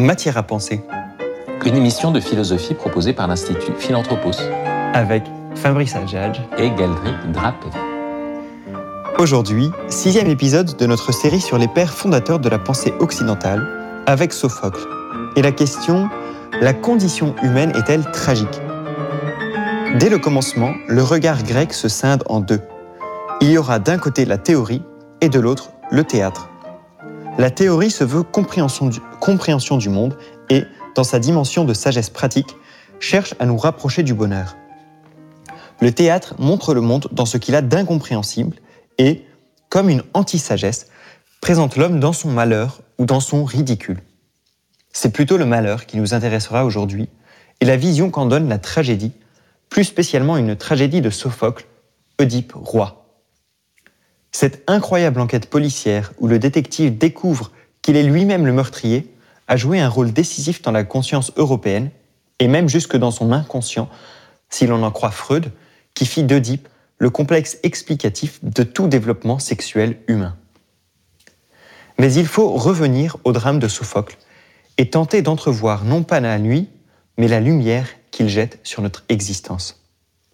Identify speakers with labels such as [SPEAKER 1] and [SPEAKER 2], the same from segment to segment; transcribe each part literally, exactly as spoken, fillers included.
[SPEAKER 1] Matière à penser.
[SPEAKER 2] Une émission de philosophie proposée par l'Institut Philanthropos.
[SPEAKER 1] Avec Fabrice Adjadj
[SPEAKER 2] et Galdric Drapé.
[SPEAKER 1] Aujourd'hui, sixième épisode de notre série sur les pères fondateurs de la pensée occidentale, avec Sophocle. Et la question, la condition humaine est-elle tragique ? Dès le commencement, le regard grec se scinde en deux. Il y aura d'un côté la théorie et de l'autre le théâtre. La théorie se veut compréhension du, compréhension du monde et, dans sa dimension de sagesse pratique, cherche à nous rapprocher du bonheur. Le théâtre montre le monde dans ce qu'il a d'incompréhensible et, comme une anti-sagesse, présente l'homme dans son malheur ou dans son ridicule. C'est plutôt le malheur qui nous intéressera aujourd'hui et la vision qu'en donne la tragédie, plus spécialement une tragédie de Sophocle, Oedipe roi. Cette incroyable enquête policière où le détective découvre qu'il est lui-même le meurtrier a joué un rôle décisif dans la conscience européenne et même jusque dans son inconscient, si l'on en croit Freud, qui fit d'Oedipe le complexe explicatif de tout développement sexuel humain. Mais il faut revenir au drame de Sophocle et tenter d'entrevoir non pas la nuit, mais la lumière qu'il jette sur notre existence.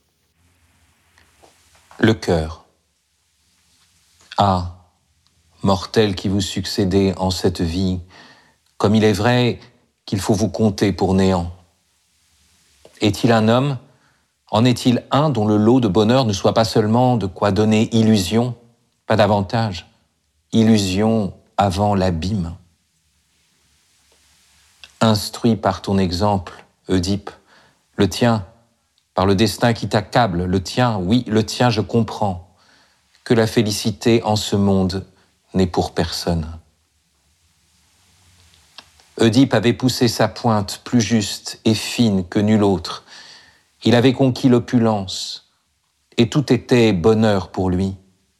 [SPEAKER 2] Le cœur. Ah, mortels qui vous succédez en cette vie, comme il est vrai qu'il faut vous compter pour néant. Est-il un homme ? En est-il un dont le lot de bonheur ne soit pas seulement de quoi donner illusion, pas davantage, illusion avant l'abîme ? Instruit par ton exemple, Oedipe, le tien, par le destin qui t'accable, le tien, oui, le tien, je comprends, que la félicité en ce monde n'est pour personne. Oedipe avait poussé sa pointe plus juste et fine que nul autre. Il avait conquis l'opulence, et tout était bonheur pour lui.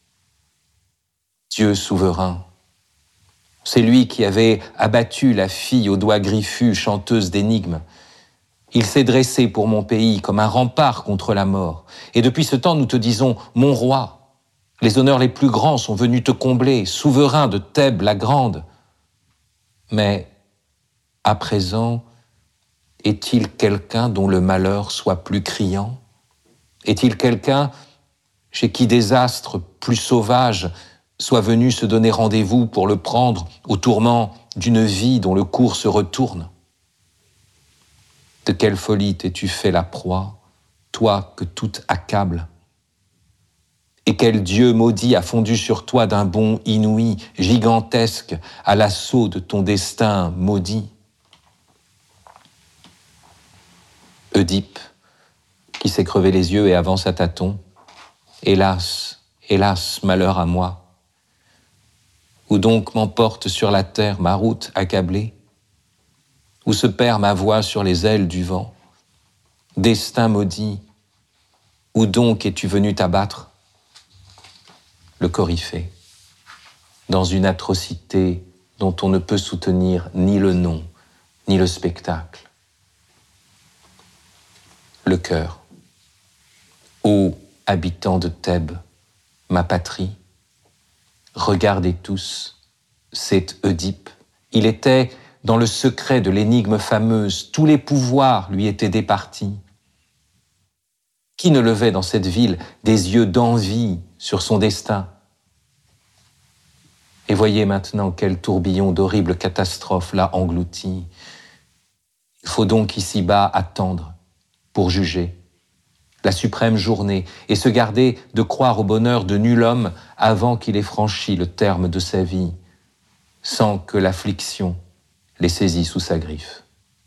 [SPEAKER 2] Dieu souverain, c'est lui qui avait abattu la fille aux doigts griffus, chanteuse d'énigmes. Il s'est dressé pour mon pays comme un rempart contre la mort. Et depuis ce temps, nous te disons, mon roi, les honneurs les plus grands sont venus te combler, souverain de Thèbes la grande. Mais, à présent, est-il quelqu'un dont le malheur soit plus criant ? Est-il quelqu'un chez qui des astres plus sauvages soient venus se donner rendez-vous pour le prendre au tourment d'une vie dont le cours se retourne ? De quelle folie t'es-tu fait la proie, toi que tout accable ? Et quel Dieu maudit a fondu sur toi d'un bond inouï, gigantesque, à l'assaut de ton destin maudit ? Oedipe, qui s'est crevé les yeux et avance à tâtons, hélas, hélas, malheur à moi. Où donc m'emporte sur la terre ma route accablée ? Où se perd ma voix sur les ailes du vent ? Destin maudit, où donc es-tu venu t'abattre ? Le coryphée, dans une atrocité dont on ne peut soutenir ni le nom, ni le spectacle. Le cœur. Ô habitants de Thèbes, ma patrie, regardez tous, c'est Oedipe. Il était dans le secret de l'énigme fameuse, tous les pouvoirs lui étaient départis. Qui ne levait dans cette ville des yeux d'envie sur son destin ? Et voyez maintenant quel tourbillon d'horribles catastrophes l'a englouti. Il faut donc ici-bas attendre pour juger la suprême journée et se garder de croire au bonheur de nul homme avant qu'il ait franchi le terme de sa vie, sans que l'affliction les saisit sous sa griffe.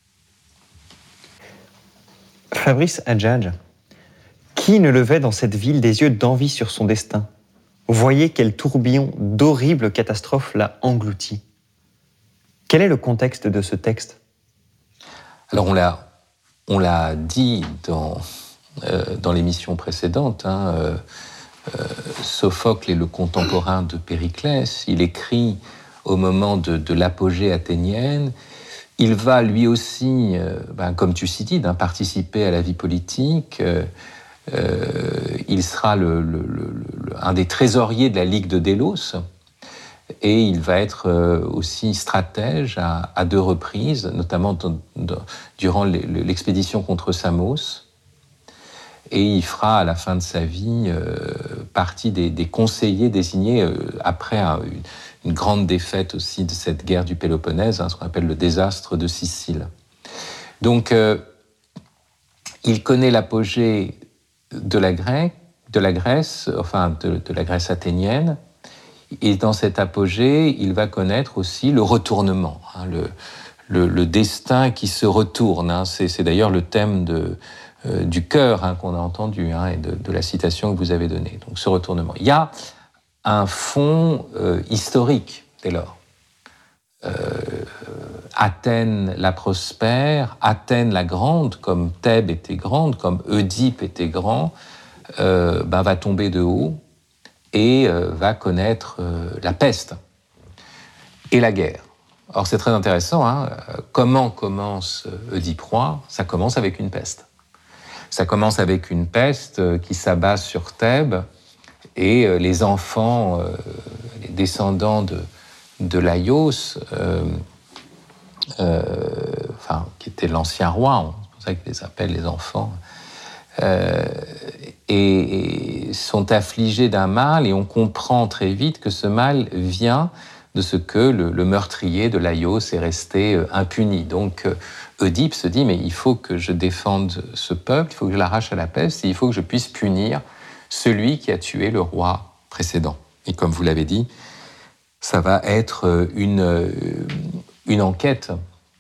[SPEAKER 1] Fabrice Adjadj, qui ne levait dans cette ville des yeux d'envie sur son destin ? Voyez quel tourbillon d'horribles catastrophes l'a englouti. Quel est le contexte de ce texte ?
[SPEAKER 2] Alors on l'a, on l'a dit dans, euh, dans l'émission précédente, hein, euh, euh, Sophocle est le contemporain de Périclès, il écrit au moment de, de l'apogée athénienne, il va lui aussi, euh, ben, comme Thucydide, hein, participer à la vie politique, euh, Euh, il sera le, le, le, le, un des trésoriers de la Ligue de Délos. et il va être euh, aussi stratège à, à deux reprises, notamment dans, dans, durant l'expédition contre Samos. Et il fera à la fin de sa vie euh, partie des, des conseillers désignés euh, après un, une, une grande défaite aussi de cette guerre du Péloponnèse, hein, ce qu'on appelle le désastre de Sicile. Donc, euh, il connaît l'apogée de la, Grèce, de la Grèce, enfin de, de la Grèce athénienne, et dans cet apogée, il va connaître aussi le retournement, hein, le, le, le destin qui se retourne. Hein, c'est, c'est d'ailleurs le thème de Euh, du cœur hein, qu'on a entendu hein, et de, de la citation que vous avez donnée. Donc ce retournement. Il y a un fond euh, historique dès lors. Euh, Athènes la prospère, Athènes la grande, comme Thèbes était grande, comme Oedipe était grand, euh, ben, va tomber de haut et euh, va connaître euh, la peste et la guerre. Or c'est très intéressant, hein, comment commence Oedipe roi ? Ça commence avec une peste. Ça commence avec une peste qui s'abat sur Thèbes et les enfants, euh, les descendants de, de Laïos, euh, euh, enfin, qui était l'ancien roi, c'est pour ça qu'ils les appellent les enfants, euh, et, et sont affligés d'un mal, et on comprend très vite que ce mal vient de ce que le, le meurtrier de Laïos est resté euh, impuni. Donc, euh, Oedipe se dit, mais il faut que je défende ce peuple, il faut que je l'arrache à la peste, et il faut que je puisse punir celui qui a tué le roi précédent. Et comme vous l'avez dit, ça va être une, une enquête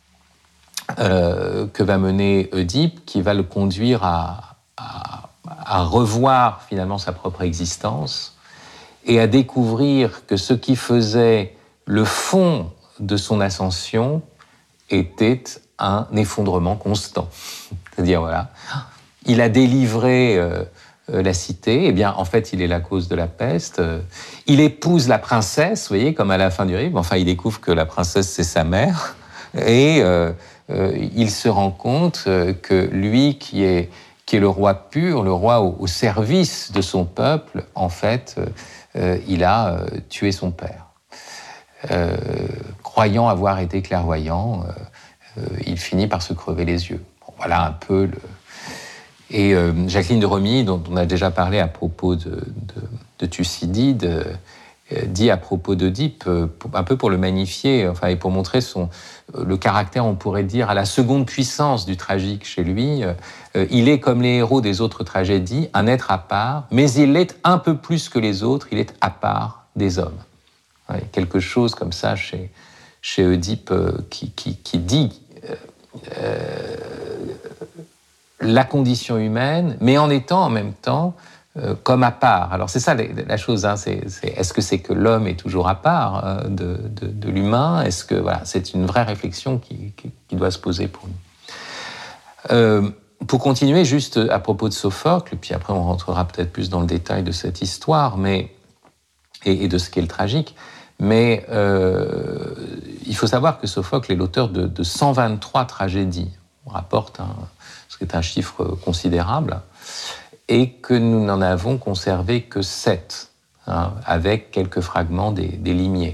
[SPEAKER 2] euh, que va mener Oedipe, qui va le conduire à, à, à revoir finalement sa propre existence et à découvrir que ce qui faisait le fond de son ascension était un effondrement constant. C'est-à-dire, voilà, il a délivré euh, la cité, eh bien, en fait, il est la cause de la peste. Il épouse la princesse, vous voyez, comme à la fin du livre. Enfin, il découvre que la princesse, c'est sa mère. Et euh, euh, il se rend compte que lui, qui est, qui est le roi pur, le roi au, au service de son peuple, en fait, euh, il a euh, tué son père. Euh, croyant avoir été clairvoyant, euh, Euh, il finit par se crever les yeux. Bon, voilà un peu le... Et euh, Jacqueline de Romilly, dont on a déjà parlé à propos de, de, de Thucydide, euh, dit à propos d'Oedipe, euh, un peu pour le magnifier, enfin, et pour montrer son, euh, le caractère, on pourrait dire, à la seconde puissance du tragique chez lui. Euh, il est, comme les héros des autres tragédies, un être à part, mais il est un peu plus que les autres, il est à part des hommes. Ouais, quelque chose comme ça chez... chez Oedipe, euh, qui, qui, qui dit euh, euh, la condition humaine, mais en étant en même temps euh, comme à part. Alors c'est ça la, la chose, hein, c'est, c'est, est-ce que c'est que l'homme est toujours à part euh, de, de, de l'humain ? Est-ce que voilà, c'est une vraie réflexion qui, qui, qui doit se poser pour nous. Euh, pour continuer, juste à propos de Sophocle, puis après on rentrera peut-être plus dans le détail de cette histoire, mais et, et de ce qu'est le tragique. Mais euh, il faut savoir que Sophocle est l'auteur de, de cent vingt-trois tragédies. On rapporte un, ce qui est un chiffre considérable, et que nous n'en avons conservé que sept, hein, avec quelques fragments des, des limiers.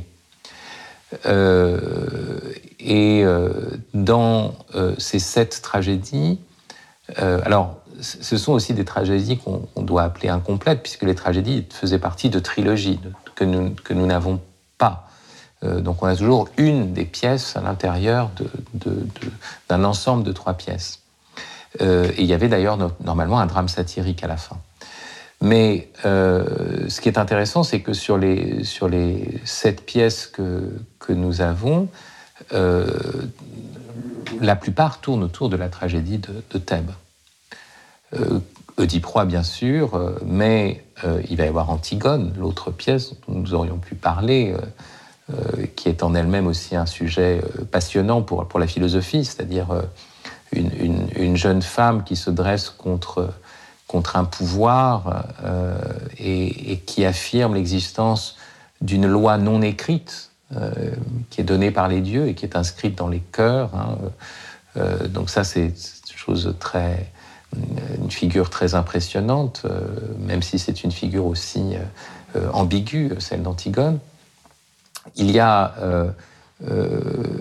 [SPEAKER 2] Euh, et euh, dans euh, ces sept tragédies, euh, alors ce sont aussi des tragédies qu'on, qu'on doit appeler incomplètes, puisque les tragédies faisaient partie de trilogies de, que, nous, que nous n'avons pas. Euh, donc on a toujours une des pièces à l'intérieur de, de, de, d'un ensemble de trois pièces. Euh, et il y avait d'ailleurs no- normalement un drame satirique à la fin. Mais euh, ce qui est intéressant, c'est que sur les, sur les sept pièces que, que nous avons, euh, la plupart tournent autour de la tragédie de, de Thèbes. Euh, Oedipe roi, bien sûr, euh, mais euh, il va y avoir Antigone, l'autre pièce dont nous aurions pu parler, euh, euh, qui est en elle-même aussi un sujet euh, passionnant pour, pour la philosophie, c'est-à-dire euh, une, une, une jeune femme qui se dresse contre, contre un pouvoir euh, et, et qui affirme l'existence d'une loi non écrite, euh, qui est donnée par les dieux et qui est inscrite dans les cœurs. Hein. Euh, donc ça, c'est une chose très... une figure très impressionnante, euh, même si c'est une figure aussi euh, ambiguë, celle d'Antigone. il y a euh, euh,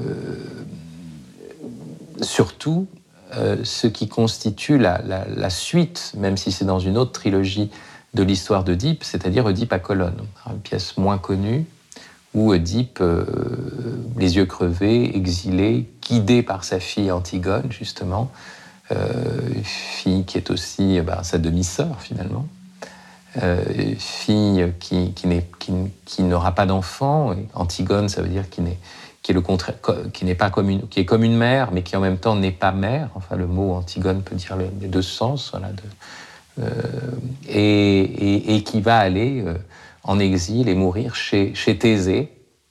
[SPEAKER 2] surtout euh, ce qui constitue la, la, la suite, même si c'est dans une autre trilogie de l'histoire d'Œdipe, c'est-à-dire Œdipe à Colone, une pièce moins connue, où Œdipe, euh, les yeux crevés, exilé, guidé par sa fille Antigone, justement, euh, fille qui est aussi ben, sa demi-sœur, finalement, euh, fille qui, qui, n'est, qui, qui n'aura pas d'enfant. Antigone, ça veut dire qui n'est, qui est le contraire, qui n'est pas comme une, qui est comme une mère, mais qui en même temps n'est pas mère. Enfin, le mot Antigone peut dire les, les deux sens, voilà, de, euh, et, et, et qui va aller euh, en exil et mourir chez, chez Thésée.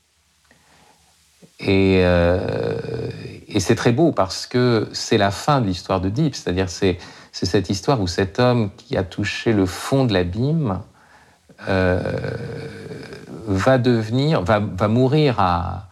[SPEAKER 2] Et, euh, et c'est très beau parce que c'est la fin de l'histoire d'Œdipe, c'est-à-dire c'est, c'est cette histoire où cet homme qui a touché le fond de l'abîme euh, va devenir, va, va mourir à,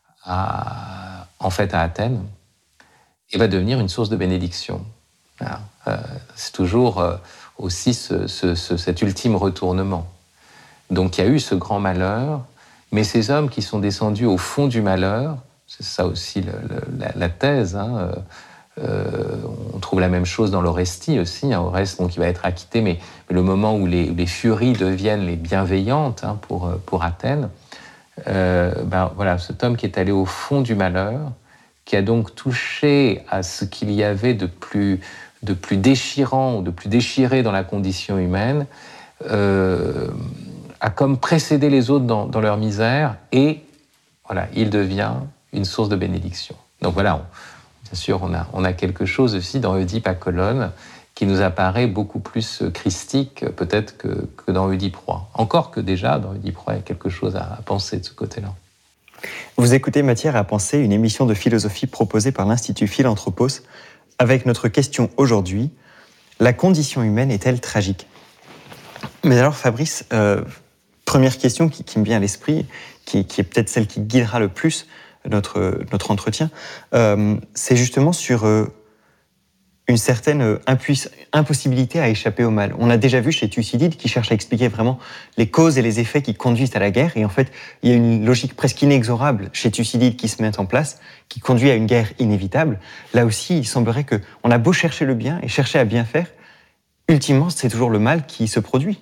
[SPEAKER 2] à, en fait à Athènes et va devenir une source de bénédiction. Voilà. Euh, c'est toujours euh, aussi ce, ce, ce, cet ultime retournement. Donc il y a eu ce grand malheur. Mais ces hommes qui sont descendus au fond du malheur, c'est ça aussi le, le, la, la thèse, hein, euh, on trouve la même chose dans l'Orestie aussi, hein, Oreste donc, qui va être acquitté, mais, mais le moment où les, les furies deviennent les bienveillantes hein, pour, pour Athènes, euh, ben, voilà, cet homme qui est allé au fond du malheur, qui a donc touché à ce qu'il y avait de plus, de plus déchirant, de plus déchiré dans la condition humaine, euh, a comme précédé les autres dans, dans leur misère, et voilà, il devient une source de bénédiction. Donc voilà, on, bien sûr, on a, on a quelque chose aussi dans Œdipe à Colone qui nous apparaît beaucoup plus christique peut-être que, que dans Œdipe roi. Encore que déjà, dans Œdipe roi, il y a quelque chose à, à penser de ce côté-là.
[SPEAKER 1] Vous écoutez Matière à penser, une émission de philosophie proposée par l'Institut Philanthropos, avec notre question aujourd'hui, la condition humaine est-elle tragique ? Mais alors Fabrice, euh, première question qui, qui me vient à l'esprit, qui, qui est peut-être celle qui guidera le plus notre, notre entretien, euh, c'est justement sur euh, une certaine impuiss- impossibilité à échapper au mal. On a déjà vu chez Thucydide qui cherche à expliquer vraiment les causes et les effets qui conduisent à la guerre, et en fait, il y a une logique presque inexorable chez Thucydide qui se met en place, qui conduit à une guerre inévitable. Là aussi, il semblerait qu'on a beau chercher le bien et chercher à bien faire, ultimement, c'est toujours le mal qui se produit.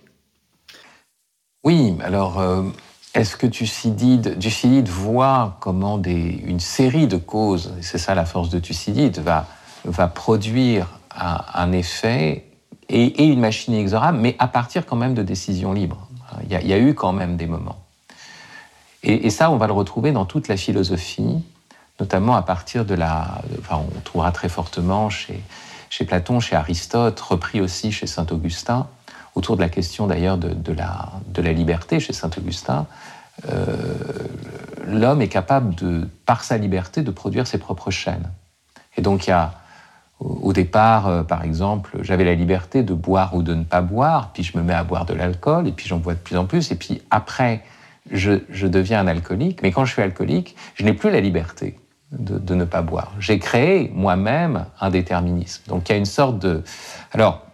[SPEAKER 2] Oui, alors, euh, est-ce que Thucydide, Thucydide voit comment des, une série de causes, et c'est ça la force de Thucydide, va, va produire un, un effet et, et une machine inexorable, mais à partir quand même de décisions libres. Il y a, il y a eu quand même des moments. Et, et ça, on va le retrouver dans toute la philosophie, notamment à partir de la... Enfin, on trouvera très fortement chez, chez Platon, chez Aristote, repris aussi chez Saint-Augustin, autour de la question d'ailleurs de, de, la, de la liberté chez Saint-Augustin, euh, l'homme est capable, de, par sa liberté, de produire ses propres chaînes. Et donc il y a, au départ, euh, par exemple, j'avais la liberté de boire ou de ne pas boire, puis je me mets à boire de l'alcool, et puis j'en bois de plus en plus, et puis après, je, je deviens un alcoolique. Mais quand je suis alcoolique, je n'ai plus la liberté de, de ne pas boire. J'ai créé moi-même un déterminisme. Donc il y a une sorte de... Alors,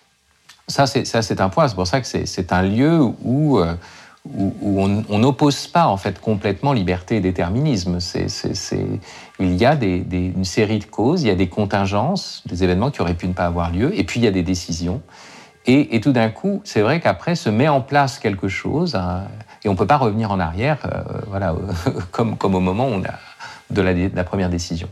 [SPEAKER 2] Ça c'est, ça, c'est un point. C'est pour ça que c'est, c'est un lieu où, euh, où, où on, on n'oppose pas en fait complètement liberté et déterminisme. C'est, c'est, c'est... Il y a des, des, une série de causes, il y a des contingences, des événements qui auraient pu ne pas avoir lieu, et puis il y a des décisions. Et, et tout d'un coup, c'est vrai qu'après se met en place quelque chose, hein, et on ne peut pas revenir en arrière, euh, voilà, comme, comme au moment où on a de la, de la première décision.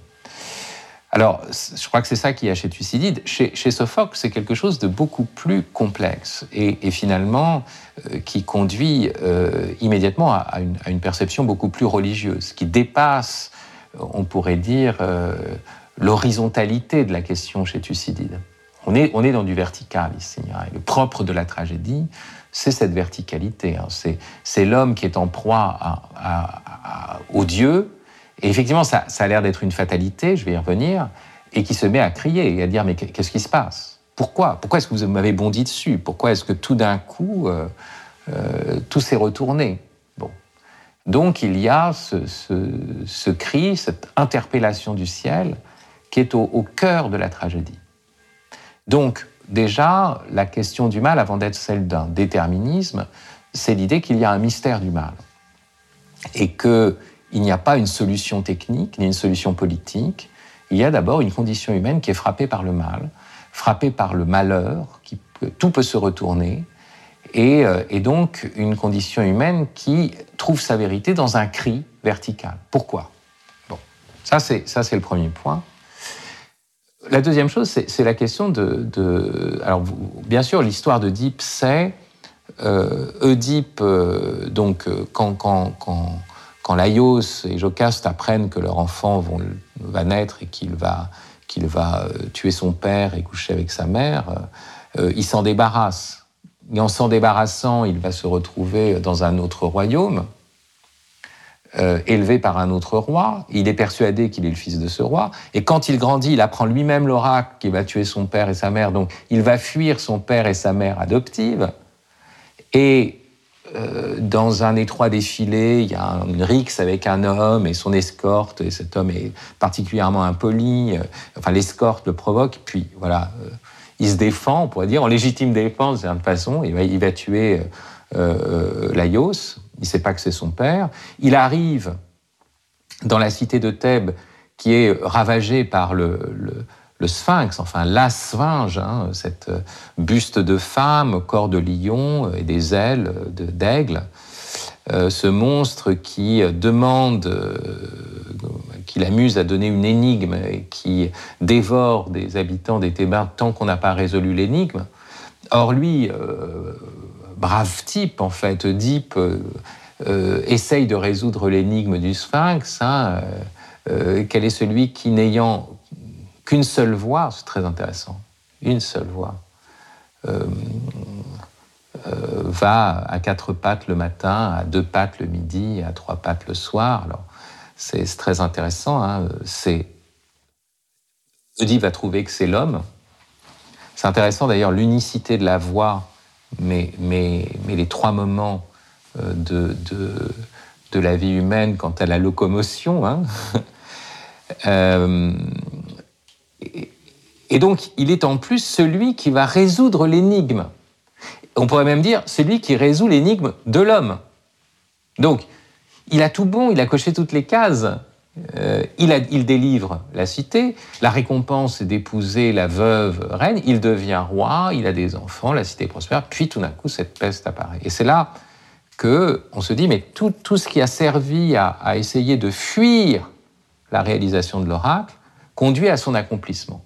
[SPEAKER 2] Alors, je crois que c'est ça qu'il y a chez Thucydide. Chez, chez Sophocle, c'est quelque chose de beaucoup plus complexe et, et finalement euh, qui conduit euh, immédiatement à, à, une, à une perception beaucoup plus religieuse, qui dépasse, on pourrait dire, euh, l'horizontalité de la question chez Thucydide. On est, on est dans du vertical ici. Hein, et le propre de la tragédie, c'est cette verticalité. Hein, c'est, c'est l'homme qui est en proie à, à, à, au Dieu. Et effectivement, ça, ça a l'air d'être une fatalité, je vais y revenir, et qui se met à crier et à dire « mais qu'est-ce qui se passe ? Pourquoi ? Pourquoi est-ce que vous m'avez bondi dessus ? Pourquoi est-ce que tout d'un coup, euh, euh, tout s'est retourné ?» Bon. Donc il y a ce, ce, ce cri, cette interpellation du ciel qui est au, au cœur de la tragédie. Donc déjà, la question du mal, avant d'être celle d'un déterminisme, c'est l'idée qu'il y a un mystère du mal. et qu'il n'y a pas une solution technique ni une solution politique. Il y a d'abord une condition humaine qui est frappée par le mal, frappée par le malheur, qui peut, tout peut se retourner, et, euh, et donc une condition humaine qui trouve sa vérité dans un cri vertical. Pourquoi ? Bon, ça c'est, ça c'est le premier point. La deuxième chose, c'est, c'est la question de... de alors, bien sûr, l'histoire d'Œdipe, c'est... Euh, Œdipe, euh, donc, quand, quand, quand, quand Laios et Jocaste apprennent que leur enfant vont, va naître et qu'il va, qu'il va euh, tuer son père et coucher avec sa mère, euh, il s'en débarrasse. Et en s'en débarrassant, il va se retrouver dans un autre royaume, Euh, élevé par un autre roi, il est persuadé qu'il est le fils de ce roi, et quand il grandit, il apprend lui-même l'oracle qui va tuer son père et sa mère, donc il va fuir son père et sa mère adoptive, et euh, dans un étroit défilé, il y a une rixe avec un homme et son escorte, et cet homme est particulièrement impoli, euh, enfin l'escorte le provoque, puis voilà, euh, il se défend, on pourrait dire, en légitime défense, d'une façon, il va, il va tuer euh, euh, Laios. Il ne sait pas que c'est son père. Il arrive dans la cité de Thèbes, qui est ravagée par le, le, le sphinx, enfin la sphinge, hein, cette buste de femme, corps de lion et des ailes de, d'aigle. Euh, ce monstre qui demande, euh, qui l'amuse à donner une énigme et qui dévore des habitants des Thébains tant qu'on n'a pas résolu l'énigme. Or, lui... Euh, brave type, en fait, Œdipe euh, euh, essaye de résoudre l'énigme du sphinx. Hein, euh, euh, quel est celui qui, n'ayant qu'une seule voix, c'est très intéressant, une seule voix, euh, euh, va à quatre pattes le matin, à deux pattes le midi, à trois pattes le soir. Alors, c'est, c'est très intéressant. Hein, c'est... Œdipe va trouver que c'est l'homme. C'est intéressant d'ailleurs l'unicité de la voix. Mais, mais, mais les trois moments de, de, de la vie humaine quant à la locomotion. Hein, euh, et, et donc, il est en plus celui qui va résoudre l'énigme. On pourrait même dire celui qui résout l'énigme de l'homme. Donc, il a tout bon, il a coché toutes les cases. Euh, il, a, il délivre la cité, la récompense c'est d'épouser la veuve reine, il devient roi, il a des enfants, la cité prospère, puis tout d'un coup cette peste apparaît. Et c'est là qu'on se dit, mais tout, tout ce qui a servi à, à essayer de fuir la réalisation de l'oracle conduit à son accomplissement.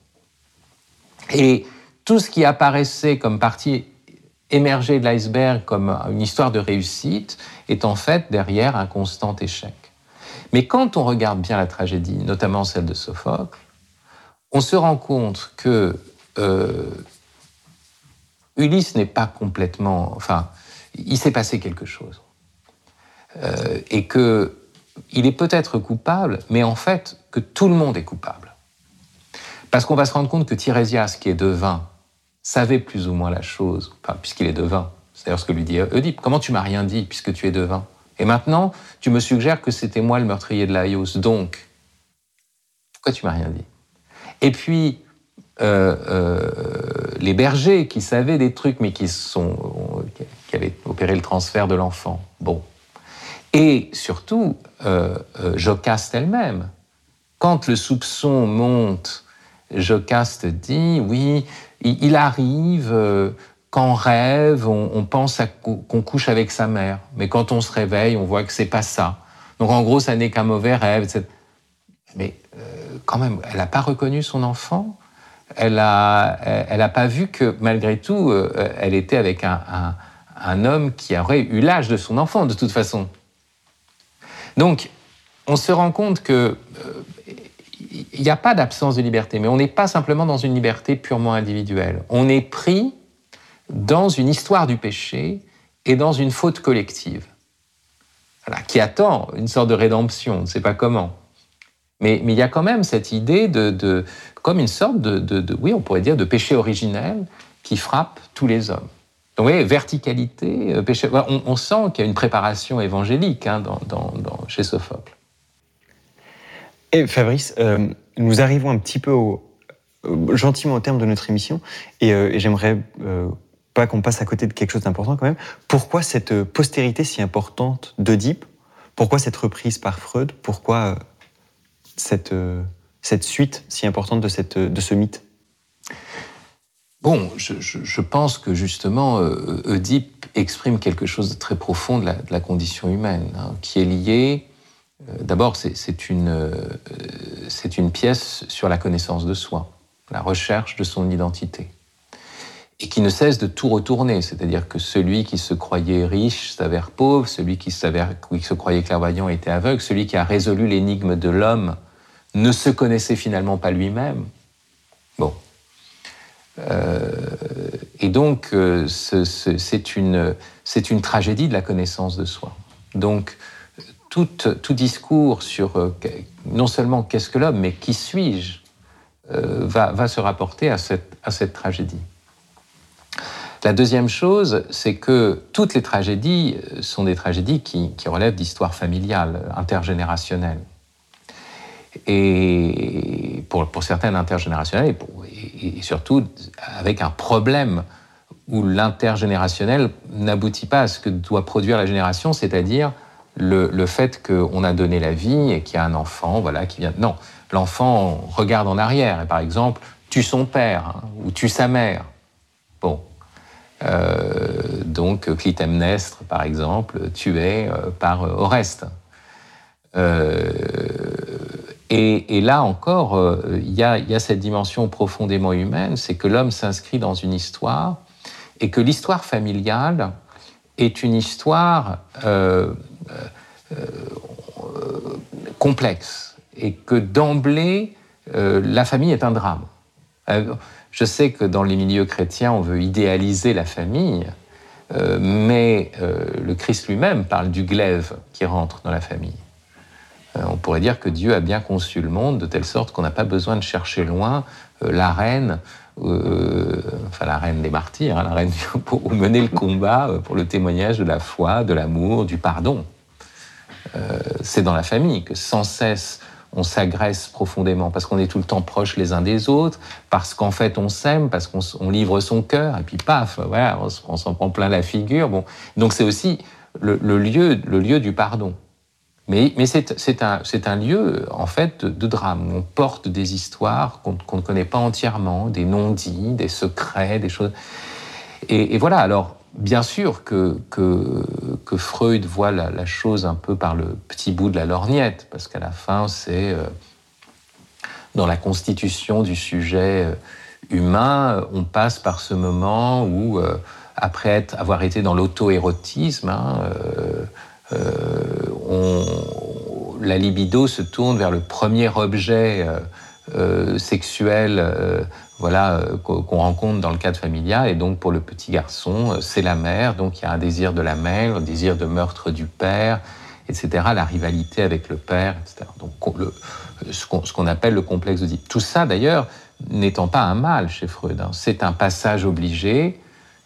[SPEAKER 2] Et tout ce qui apparaissait comme partie émergée de l'iceberg, comme une histoire de réussite, est en fait derrière un constant échec. Mais quand on regarde bien la tragédie, notamment celle de Sophocle, on se rend compte que euh, Ulysse n'est pas complètement... Enfin, il s'est passé quelque chose. Euh, et qu'il est peut-être coupable, mais en fait, que tout le monde est coupable. Parce qu'on va se rendre compte que Tirésias, qui est devin, savait plus ou moins la chose, enfin, puisqu'il est devin. C'est d'ailleurs ce que lui dit Œdipe. Comment tu m'as rien dit, puisque tu es devin ? Et maintenant, tu me suggères que c'était moi le meurtrier de Laios. Donc, pourquoi tu m'as rien dit ? Et puis, euh, euh, les bergers qui savaient des trucs, mais qui, sont, qui avaient opéré le transfert de l'enfant. Bon. Et surtout, euh, euh, Jocaste elle-même. Quand le soupçon monte, Jocaste dit, oui, il, il arrive... Euh, Qu'en rêve, on, on pense à, qu'on couche avec sa mère. Mais quand on se réveille, on voit que c'est pas ça. Donc en gros, ça n'est qu'un mauvais rêve. et cetera. Mais euh, quand même, elle n'a pas reconnu son enfant. Elle n'a elle a pas vu que, malgré tout, euh, elle était avec un, un, un homme qui aurait eu l'âge de son enfant, de toute façon. Donc, on se rend compte que il euh, n'y a pas d'absence de liberté, mais on n'est pas simplement dans une liberté purement individuelle. On est pris dans une histoire du péché et dans une faute collective, voilà, qui attend une sorte de rédemption, on ne sait pas comment. Mais, mais il y a quand même cette idée de, de comme une sorte de, de, de, oui, on pourrait dire, de péché originel qui frappe tous les hommes. Donc, vous voyez, verticalité, péché, on, on sent qu'il y a une préparation évangélique hein, dans, dans, dans, chez Sophocle.
[SPEAKER 1] Et Fabrice, euh, nous arrivons un petit peu au, euh, gentiment au terme de notre émission, et, euh, et j'aimerais euh, pas qu'on passe à côté de quelque chose d'important quand même. Pourquoi cette postérité si importante d'Œdipe ? Pourquoi cette reprise par Freud ? Pourquoi cette, euh, cette suite si importante de, cette, de ce mythe ?
[SPEAKER 2] Bon, je, je, je pense que justement, euh, Oedipe exprime quelque chose de très profond de la, de la condition humaine, hein, qui est lié. Euh, d'abord, c'est, c'est, une, euh, c'est une pièce sur la connaissance de soi, la recherche de son identité, et qui ne cesse de tout retourner. C'est-à-dire que celui qui se croyait riche s'avère pauvre, celui qui, s'avère, qui se croyait clairvoyant était aveugle, celui qui a résolu l'énigme de l'homme ne se connaissait finalement pas lui-même. Bon. Euh, et donc, euh, ce, ce, c'est, une, c'est une tragédie de la connaissance de soi. Donc, tout, tout discours sur euh, non seulement qu'est-ce que l'homme, mais qui suis-je, euh, va, va se rapporter à cette, à cette tragédie. La deuxième chose, c'est que toutes les tragédies sont des tragédies qui, qui relèvent d'histoires familiales, intergénérationnelles. Et pour, pour certaines intergénérationnelles, et, pour, et, et surtout avec un problème où l'intergénérationnel n'aboutit pas à ce que doit produire la génération, c'est-à-dire le, le fait qu'on a donné la vie et qu'il y a un enfant, voilà, qui vient... Non, l'enfant regarde en arrière et, par exemple, tue son père, hein, ou tue sa mère. Bon. Euh, donc, Clytemnestre, par exemple, tué euh, par euh, Oreste. Euh, Et, et là encore, il euh, y, y a cette dimension profondément humaine, c'est que l'homme s'inscrit dans une histoire et que l'histoire familiale est une histoire euh, euh, euh, complexe et que d'emblée, euh, la famille est un drame. Euh, je sais que dans les milieux chrétiens, on veut idéaliser la famille, euh, mais euh, le Christ lui-même parle du glaive qui rentre dans la famille. On pourrait dire que Dieu a bien conçu le monde de telle sorte qu'on n'a pas besoin de chercher loin euh, la reine, euh, enfin la reine des martyrs, hein, la reine pour mener le combat pour le témoignage de la foi, de l'amour, du pardon. Euh, c'est dans la famille que sans cesse on s'agresse profondément parce qu'on est tout le temps proches les uns des autres, parce qu'en fait on s'aime, parce qu'on on livre son cœur et puis paf, voilà, on, on s'en prend plein la figure. Bon, donc c'est aussi le, le lieu, le lieu du pardon. Mais, mais c'est, c'est, un, c'est un lieu, en fait, de, de drame, où on porte des histoires qu'on, qu'on ne connaît pas entièrement, des non-dits, des secrets, des choses... Et, et voilà, alors, bien sûr que, que, que Freud voit la, la chose un peu par le petit bout de la lorgnette, parce qu'à la fin, c'est euh, dans la constitution du sujet humain, on passe par ce moment où, euh, après être, avoir été dans l'auto-érotisme, hein, euh, Euh, on, la libido se tourne vers le premier objet euh, euh, sexuel euh, voilà, euh, qu'on rencontre dans le cadre familial. Et donc, pour le petit garçon, c'est la mère. Donc, il y a un désir de la mère, un désir de meurtre du père, et cetera. La rivalité avec le père, et cetera. Donc, le, ce, qu'on, ce qu'on appelle le complexe d'Oedipe. Tout ça, d'ailleurs, n'étant pas un mal chez Freud. Hein. C'est un passage obligé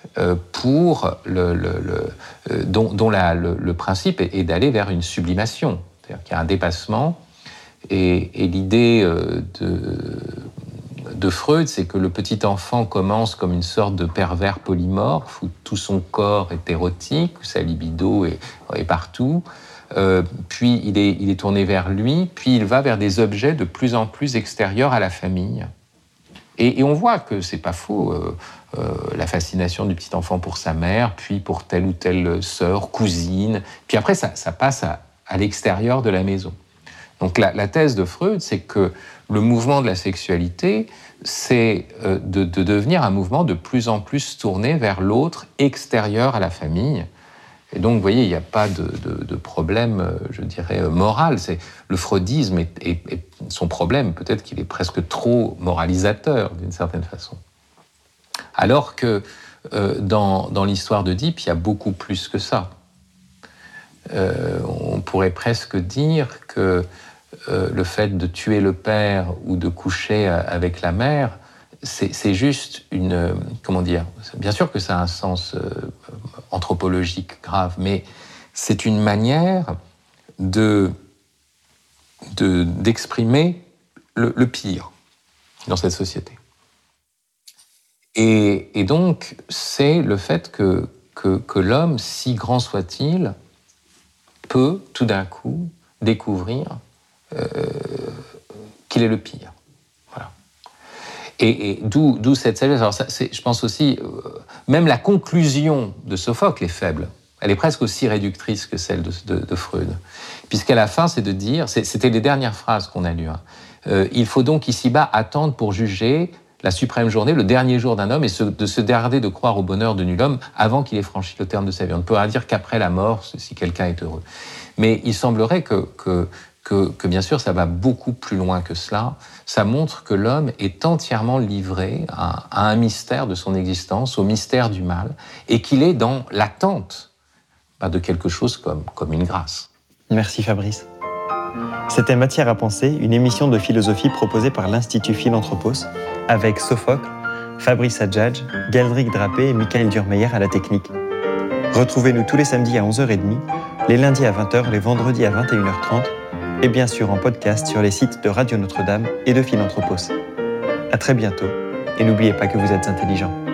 [SPEAKER 2] pour le, le, le, dont, dont la, le, le principe est, est d'aller vers une sublimation, c'est-à-dire qu'il y a un dépassement, et, et l'idée de, de Freud, c'est que le petit enfant commence comme une sorte de pervers polymorphe, où tout son corps est érotique, où sa libido est, est partout, euh, puis il est, il est tourné vers lui, puis il va vers des objets de plus en plus extérieurs à la famille. Et, et on voit que c'est pas faux, euh, euh, la fascination du petit enfant pour sa mère, puis pour telle ou telle sœur, cousine, puis après ça, ça passe à, à l'extérieur de la maison. Donc la, la thèse de Freud, c'est que le mouvement de la sexualité, c'est euh, de, de devenir un mouvement de plus en plus tourné vers l'autre, extérieur à la famille. Et donc, vous voyez, il n'y a pas de, de, de problème, je dirais, moral. C'est, le freudisme, est, est, est, son problème, peut-être qu'il est presque trop moralisateur, d'une certaine façon. Alors que euh, dans, dans l'histoire d'Oedipe, il y a beaucoup plus que ça. Euh, on pourrait presque dire que euh, le fait de tuer le père ou de coucher avec la mère, c'est, c'est juste une... Comment dire ? Bien sûr que ça a un sens euh, anthropologique grave, mais c'est une manière de, de, d'exprimer le, le pire dans cette société. Et, et donc, c'est le fait que, que, que l'homme, si grand soit-il, peut tout d'un coup découvrir euh, qu'il est le pire. Voilà. Et, et d'où, d'où cette sagesse. Alors ça, c'est, je pense aussi, euh, même la conclusion de Sophocle est faible. Elle est presque aussi réductrice que celle de, de, de Freud. Puisqu'à la fin, c'est de dire, c'est, c'était les dernières phrases qu'on a lues, hein, euh, il faut donc ici-bas attendre pour juger la suprême journée, le dernier jour d'un homme, et se, de se garder de croire au bonheur de nul homme avant qu'il ait franchi le terme de sa vie. On ne pourra dire qu'après la mort, si quelqu'un est heureux. Mais il semblerait que, que, que, que, bien sûr, ça va beaucoup plus loin que cela. Ça montre que l'homme est entièrement livré à, à un mystère de son existence, au mystère du mal, et qu'il est dans l'attente bah, de quelque chose comme, comme une grâce.
[SPEAKER 1] Merci Fabrice. C'était Matière à penser, une émission de philosophie proposée par l'Institut Philanthropos, avec Sophocle, Fabrice Adjadj, Galdric Drapé et Michael Durmeyer à la technique. Retrouvez-nous tous les samedis à onze heures trente, les lundis à vingt heures, les vendredis à vingt et une heures trente, et bien sûr en podcast sur les sites de Radio Notre-Dame et de Philanthropos. À très bientôt, et n'oubliez pas que vous êtes intelligents.